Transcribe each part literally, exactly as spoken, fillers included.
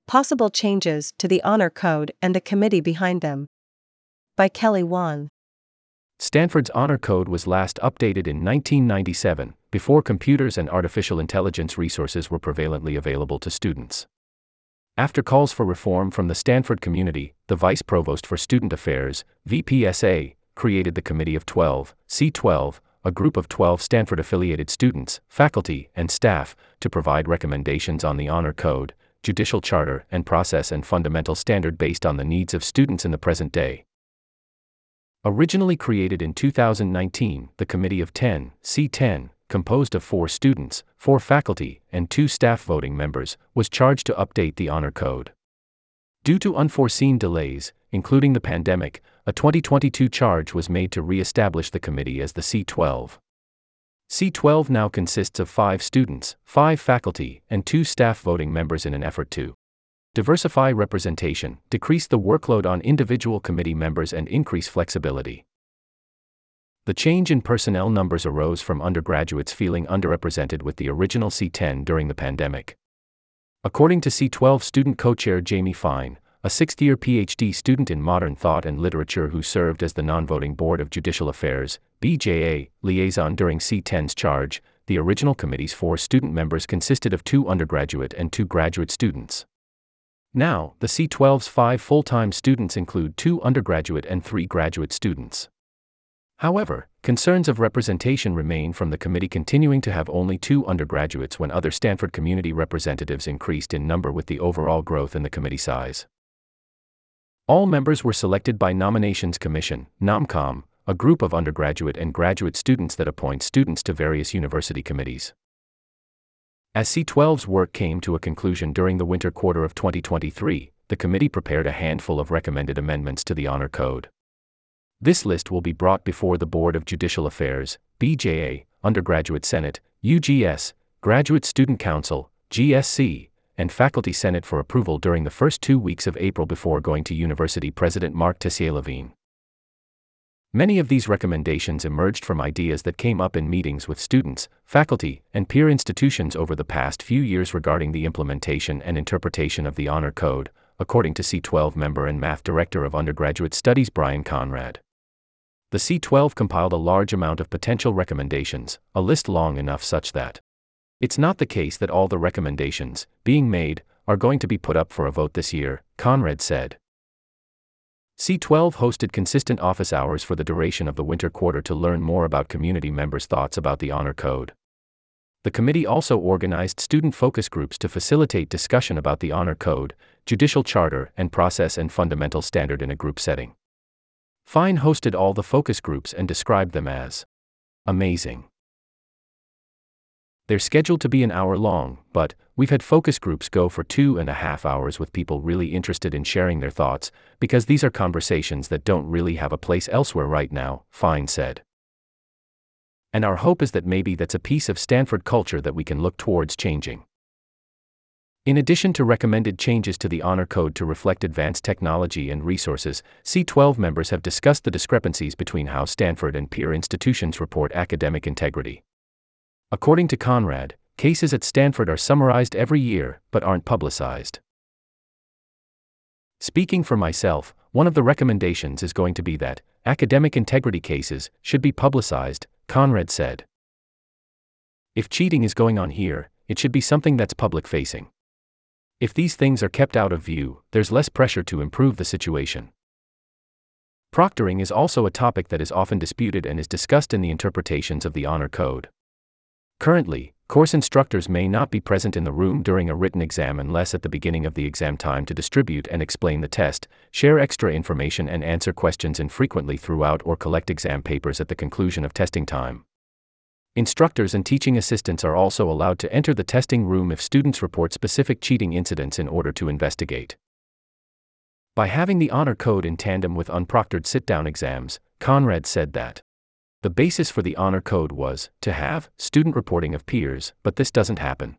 Possible Changes to the Honor Code and the Committee Behind Them. By Kelly Won. Stanford's Honor Code was last updated in nineteen ninety-seven, before computers and artificial intelligence resources were prevalently available to students. After calls for reform from the Stanford community, the Vice Provost for Student Affairs, V P S A, created the Committee of twelve, C twelve, a group of twelve Stanford-affiliated students, faculty, and staff, to provide recommendations on the Honor Code, judicial charter, and process and fundamental standard based on the needs of students in the present day. Originally created in two thousand nineteen, the Committee of ten, C ten, composed of four students, four faculty, and two staff voting members, was charged to update the Honor Code. Due to unforeseen delays, including the pandemic, a twenty twenty-two charge was made to re-establish the committee as the C twelve. C twelve now consists of five students, five faculty, and two staff voting members in an effort to diversify representation, decrease the workload on individual committee members, and increase flexibility. The change in personnel numbers arose from undergraduates feeling underrepresented with the original C ten during the pandemic. According to C twelve student co-chair Jamie Fine, a sixth-year P H D student in modern thought and literature who served as the non-voting Board of Judicial Affairs, B J A, liaison during C ten's charge, the original committee's four student members consisted of two undergraduate and two graduate students. Now, the C twelve's five full-time students include two undergraduate and three graduate students. However, concerns of representation remain from the committee continuing to have only two undergraduates when other Stanford community representatives increased in number with the overall growth in the committee size. All members were selected by Nominations Commission, NomCom, a group of undergraduate and graduate students that appoint students to various university committees. As C twelve's work came to a conclusion during the winter quarter of twenty twenty-three, the committee prepared a handful of recommended amendments to the Honor Code. This list will be brought before the Board of Judicial Affairs, B J A, Undergraduate Senate, U G S, Graduate Student Council, G S C, and Faculty Senate for approval during the first two weeks of April before going to University President Mark Tessier-Lavigne. Many of these recommendations emerged from ideas that came up in meetings with students, faculty, and peer institutions over the past few years regarding the implementation and interpretation of the Honor Code, according to C twelve member and math director of undergraduate studies Brian Conrad. The C twelve compiled a large amount of potential recommendations, a list long enough such that it's not the case that all the recommendations being made are going to be put up for a vote this year, Conrad said. C twelve hosted consistent office hours for the duration of the winter quarter to learn more about community members' thoughts about the Honor Code. The committee also organized student focus groups to facilitate discussion about the Honor Code, judicial charter, and process and fundamental standard in a group setting. Fine hosted all the focus groups and described them as amazing. They're scheduled to be an hour long, but we've had focus groups go for two and a half hours with people really interested in sharing their thoughts, because these are conversations that don't really have a place elsewhere right now, Fine said. And our hope is that maybe that's a piece of Stanford culture that we can look towards changing. In addition to recommended changes to the Honor Code to reflect advanced technology and resources, C twelve members have discussed the discrepancies between how Stanford and peer institutions report academic integrity. According to Conrad, cases at Stanford are summarized every year, but aren't publicized. Speaking for myself, one of the recommendations is going to be that academic integrity cases should be publicized, Conrad said. If cheating is going on here, it should be something that's public-facing. If these things are kept out of view, there's less pressure to improve the situation. Proctoring is also a topic that is often disputed and is discussed in the interpretations of the Honor Code. Currently, course instructors may not be present in the room during a written exam unless at the beginning of the exam time to distribute and explain the test, share extra information, and answer questions infrequently throughout or collect exam papers at the conclusion of testing time. Instructors and teaching assistants are also allowed to enter the testing room if students report specific cheating incidents in order to investigate. By having the Honor Code in tandem with unproctored sit-down exams, Conrad said that the basis for the Honor Code was to have student reporting of peers, but this doesn't happen.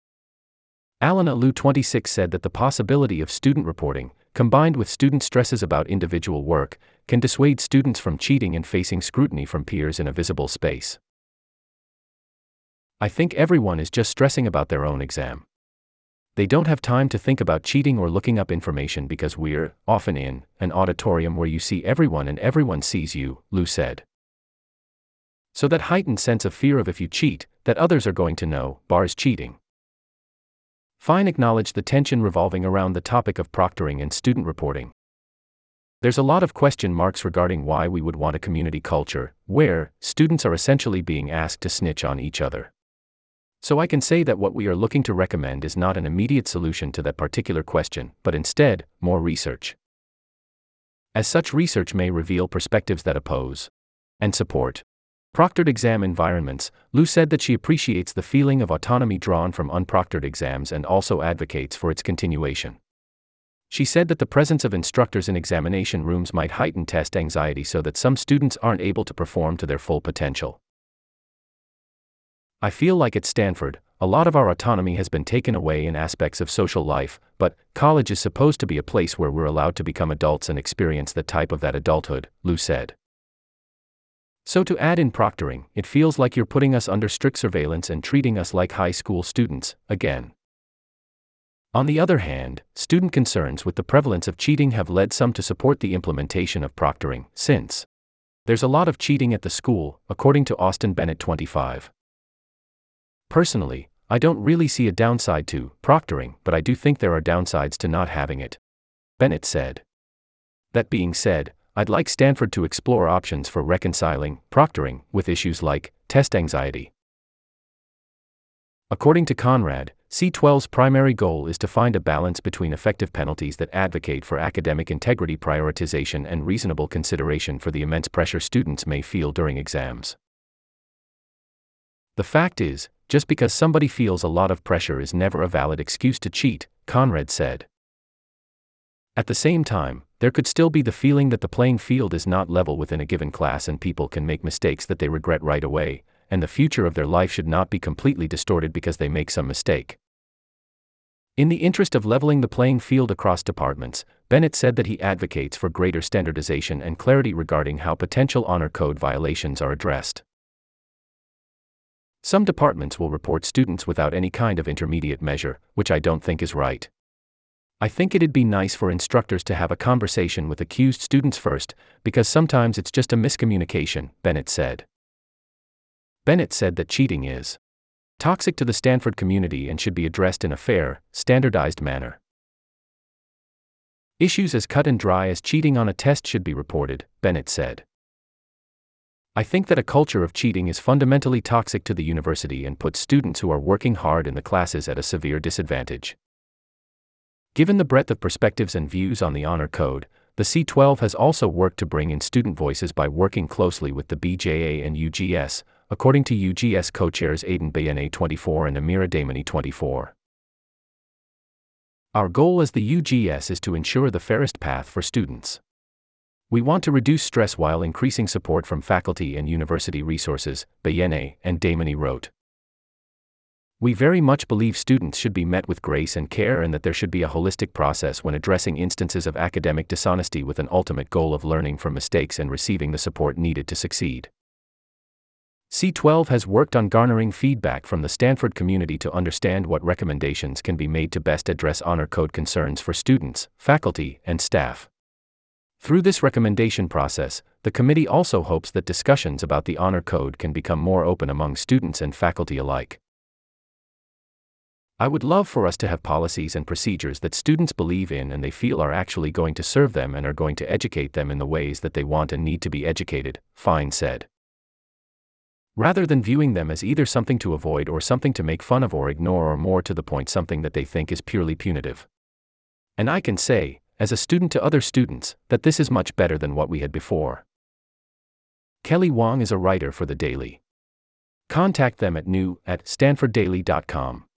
Alan Alou twenty-six said that the possibility of student reporting, combined with student stresses about individual work, can dissuade students from cheating and facing scrutiny from peers in a visible space. I think everyone is just stressing about their own exam. They don't have time to think about cheating or looking up information because we're, often in, an auditorium where you see everyone and everyone sees you, Liu said. So that heightened sense of fear of if you cheat, that others are going to know, bars cheating. Fine acknowledged the tension revolving around the topic of proctoring and student reporting. There's a lot of question marks regarding why we would want a community culture, where students are essentially being asked to snitch on each other. So I can say that what we are looking to recommend is not an immediate solution to that particular question, but instead, more research. As such research may reveal perspectives that oppose and support proctored exam environments, Liu said that she appreciates the feeling of autonomy drawn from unproctored exams and also advocates for its continuation. She said that the presence of instructors in examination rooms might heighten test anxiety so that some students aren't able to perform to their full potential. I feel like at Stanford, a lot of our autonomy has been taken away in aspects of social life, but college is supposed to be a place where we're allowed to become adults and experience the type of that adulthood, Liu said. So to add in proctoring, it feels like you're putting us under strict surveillance and treating us like high school students, again. On the other hand, student concerns with the prevalence of cheating have led some to support the implementation of proctoring, since there's a lot of cheating at the school, according to Austin Bennett twenty-five. Personally, I don't really see a downside to proctoring, but I do think there are downsides to not having it, Bennett said. That being said, I'd like Stanford to explore options for reconciling proctoring with issues like test anxiety. According to Conrad, C twelve's primary goal is to find a balance between effective penalties that advocate for academic integrity prioritization and reasonable consideration for the immense pressure students may feel during exams. The fact is, just because somebody feels a lot of pressure is never a valid excuse to cheat, Conrad said. At the same time, there could still be the feeling that the playing field is not level within a given class and people can make mistakes that they regret right away, and the future of their life should not be completely distorted because they make some mistake. In the interest of leveling the playing field across departments, Bennett said that he advocates for greater standardization and clarity regarding how potential honor code violations are addressed. Some departments will report students without any kind of intermediate measure, which I don't think is right. I think it'd be nice for instructors to have a conversation with accused students first, because sometimes it's just a miscommunication, Bennett said. Bennett said that cheating is toxic to the Stanford community and should be addressed in a fair, standardized manner. Issues as cut and dry as cheating on a test should be reported, Bennett said. I think that a culture of cheating is fundamentally toxic to the university and puts students who are working hard in the classes at a severe disadvantage. Given the breadth of perspectives and views on the honor code, the C twelve has also worked to bring in student voices by working closely with the B J A and U G S, according to U G S co-chairs Aidan Bayane twenty-four and Amira Damani twenty-four. Our goal as the U G S is to ensure the fairest path for students. We want to reduce stress while increasing support from faculty and university resources, Bayane and Damani wrote. We very much believe students should be met with grace and care and that there should be a holistic process when addressing instances of academic dishonesty with an ultimate goal of learning from mistakes and receiving the support needed to succeed. C twelve has worked on garnering feedback from the Stanford community to understand what recommendations can be made to best address honor code concerns for students, faculty, and staff. Through this recommendation process, the committee also hopes that discussions about the honor code can become more open among students and faculty alike. I would love for us to have policies and procedures that students believe in and they feel are actually going to serve them and are going to educate them in the ways that they want and need to be educated, Fine said. Rather than viewing them as either something to avoid or something to make fun of or ignore or more to the point something that they think is purely punitive. And I can say, as a student to other students, that this is much better than what we had before. Kelly Wong is a writer for The Daily. Contact them at new at stanford daily dot com.